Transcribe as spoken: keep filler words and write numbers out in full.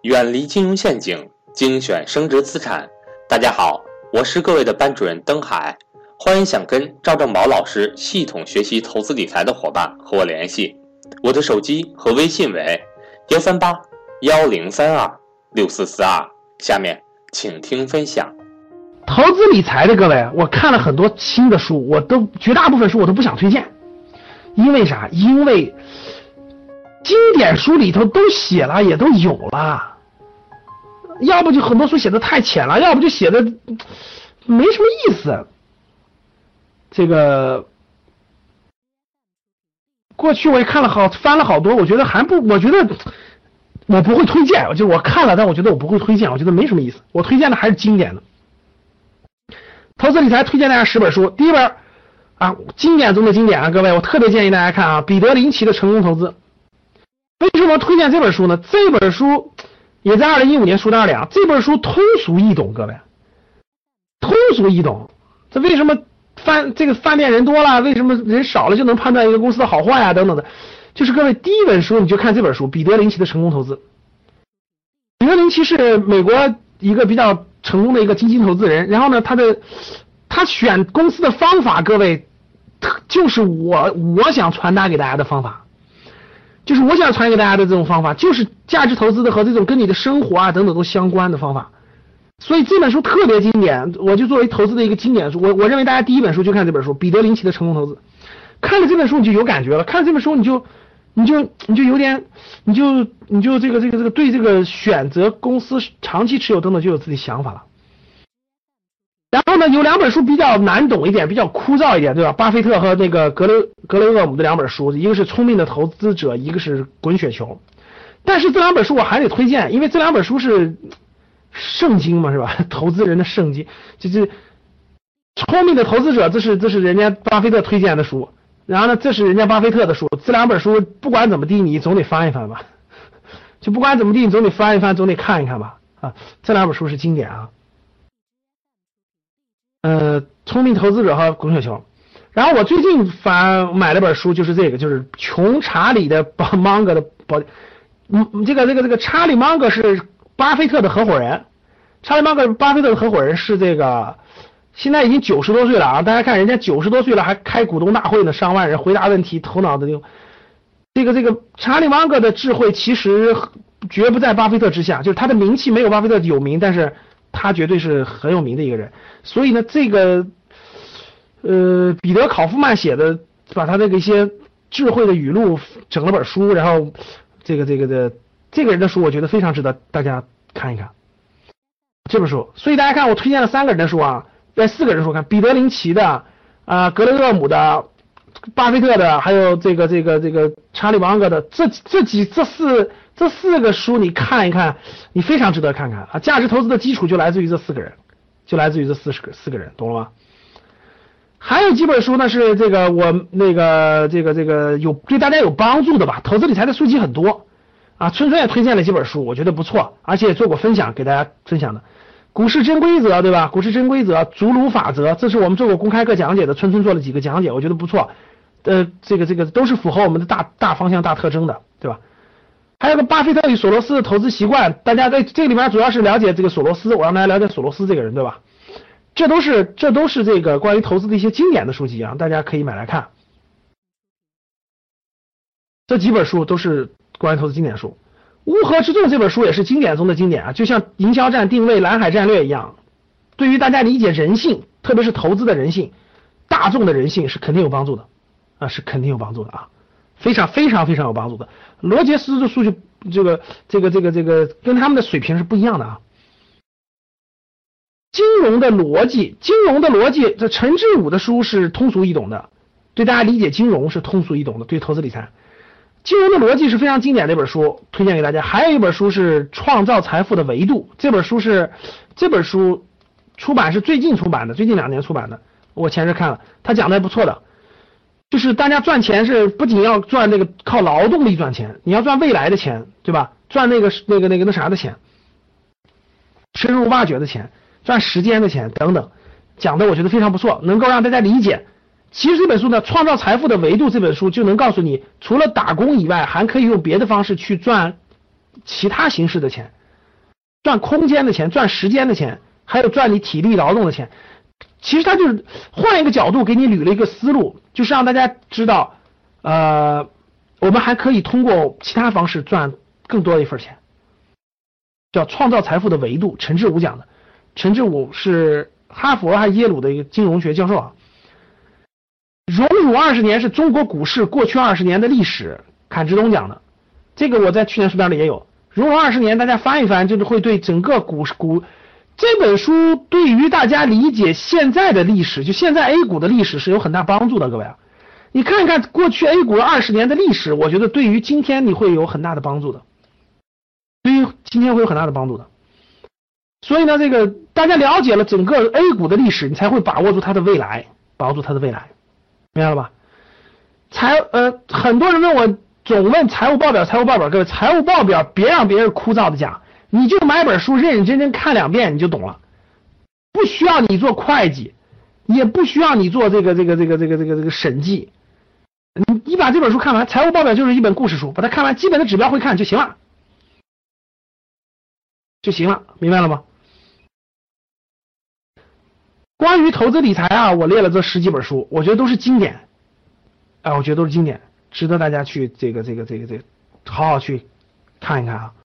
远离金融陷阱，精选升值资产。大家好，我是各位的班主任登海，欢迎想跟赵正宝老师系统学习投资理财的伙伴和我联系，我的手机和微信为幺三八幺零三二六四四二。下面请听分享。 投资理财的各位，我看了很多新的书，我都绝大部分书我都不想推荐，因为啥？因为经典书里头都写了，也都有了。要不就很多书写的太浅了，要不就写的没什么意思。这个过去我也看了好翻了好多，我觉得还不，我觉得我不会推荐，就我看了，但我觉得我不会推荐，我觉得没什么意思。我推荐的还是经典的。投资理财推荐大家十本书，第一本啊，经典中的经典啊，各位，我特别建议大家看啊，彼得林奇的成功投资。为什么推荐这本书呢？这本书也在二零一五年书单里啊，这本书通俗易懂，各位，通俗易懂。这为什么饭这个饭店人多了，为什么人少了就能判断一个公司的好坏啊等等的？就是各位第一本书你就看这本书，彼得林奇的成功投资。彼得林奇是美国一个比较成功的一个基金投资人，然后呢，他的他选公司的方法，各位就是我我想传达给大家的方法。就是我想传给大家的这种方法，就是价值投资的和这种跟你的生活啊等等都相关的方法。所以这本书特别经典，我就作为投资的一个经典书，我我认为大家第一本书就看这本书，彼得林奇的成功投资。看了这本书你就有感觉了，看了这本书你就你就你就有点你就你就这个这个这个对这个选择公司长期持有等等就有自己想法了。然后呢，有两本书比较难懂一点，比较枯燥一点，对吧？巴菲特和那个格雷格雷厄姆的两本书，一个是聪明的投资者，一个是滚雪球。但是这两本书我还得推荐，因为这两本书是圣经嘛，是吧？投资人的圣经，就是聪明的投资者，这是这是人家巴菲特推荐的书，然后呢，这是人家巴菲特的书。这两本书不管怎么地，你总得翻一翻吧，就不管怎么地，你总得翻一翻，总得看一看吧。啊，这两本书是经典啊。呃，聪明投资者和滚雪球。然后我最近反买了本书，就是这个，就是穷查理的巴芒格的宝，嗯，这个这个这个查理芒格是巴菲特的合伙人，查理芒格巴菲特的合伙人是这个，现在已经九十多岁了啊！大家看人家九十多岁了还开股东大会呢，上万人回答问题，头脑的这个这个这个查理芒格的智慧其实绝不在巴菲特之下，就是他的名气没有巴菲特有名，但是他绝对是很有名的一个人。所以呢，这个呃彼得考夫曼写的，把他这个一些智慧的语录整了本书，然后这个这个的这个人的书我觉得非常值得大家看一看这本书。所以大家看我推荐了三个人的书啊，在四个人书看，彼得林奇的啊、呃、格雷厄姆的、巴菲特的，还有这个这个这个查理芒格的，这这几这四这四个书你看一看，你非常值得看看啊！价值投资的基础就来自于这四个人，就来自于这四十个四个人，懂了吗？还有几本书呢是这个我那个这个这个有对大家有帮助的吧，投资理财的书籍很多啊。春春也推荐了几本书，我觉得不错，而且也做过分享给大家分享的。股市真规则，对吧？股市真规则、祖鲁法则，这是我们做过公开课讲解的，春春做了几个讲解，我觉得不错。呃，这个这个都是符合我们的大大方向、大特征的，对吧？还有个巴菲特与索罗斯的投资习惯，大家在这个里面主要是了解这个索罗斯，我让大家了解索罗斯这个人，对吧？这都是这都是这个关于投资的一些经典的书籍啊，大家可以买来看。这几本书都是关于投资经典书。乌合之众这本书也是经典中的经典啊，就像营销战、定位、蓝海战略一样，对于大家理解人性，特别是投资的人性、大众的人性是肯定有帮助的啊，是肯定有帮助的啊。非常非常非常有帮助的。罗杰斯的数据，这个这个这个这个跟他们的水平是不一样的啊。金融的逻辑，金融的逻辑，这陈志武的书是通俗易懂的，对大家理解金融是通俗易懂的，对投资理财。金融的逻辑是非常经典的一本书，推荐给大家。还有一本书是创造财富的维度，这本书是这本书出版是最近出版的，最近两年出版的，我前日看了，他讲的还不错的。就是大家赚钱是不仅要赚那个靠劳动力赚钱，你要赚未来的钱，对吧？赚那个那个那个那啥的钱，深入挖掘的钱，赚时间的钱等等，讲的我觉得非常不错，能够让大家理解。其实这本书呢，创造财富的维度这本书就能告诉你，除了打工以外，还可以用别的方式去赚其他形式的钱赚空间的钱，赚时间的钱，还有赚你体力劳动的钱。其实他就是换一个角度给你捋了一个思路，就是让大家知道，呃，我们还可以通过其他方式赚更多的一份钱，叫创造财富的维度。陈志武讲的，陈志武是哈佛还是耶鲁的一个金融学教授啊。荣辱二十年是中国股市过去二十年的历史，阚志东讲的，这个我在去年书单里也有。荣辱二十年，大家翻一翻，就是会对整个股市股这本书对于大家理解现在的历史，就现在 A 股的历史是有很大帮助的，各位啊。你看看过去 A 股二十年的历史，我觉得对于今天你会有很大的帮助的，对于今天会有很大的帮助的。所以呢，这个大家了解了整个 A 股的历史，你才会把握住它的未来，把握住它的未来，明白了吧？财呃，很多人问我总问财务报表，财务报表，各位，财务报表别让别人枯燥的讲，你就买本书认认真真看两遍你就懂了，不需要你做会计，也不需要你做这个这个这个这个这个这个审计，你你把这本书看完，财务报表就是一本故事书，把它看完，基本的指标会看就行了，就行了，明白了吗？关于投资理财啊，我列了这十几本书，我觉得都是经典，啊，我觉得都是经典，值得大家去这个这个这个这个好好去看一看啊。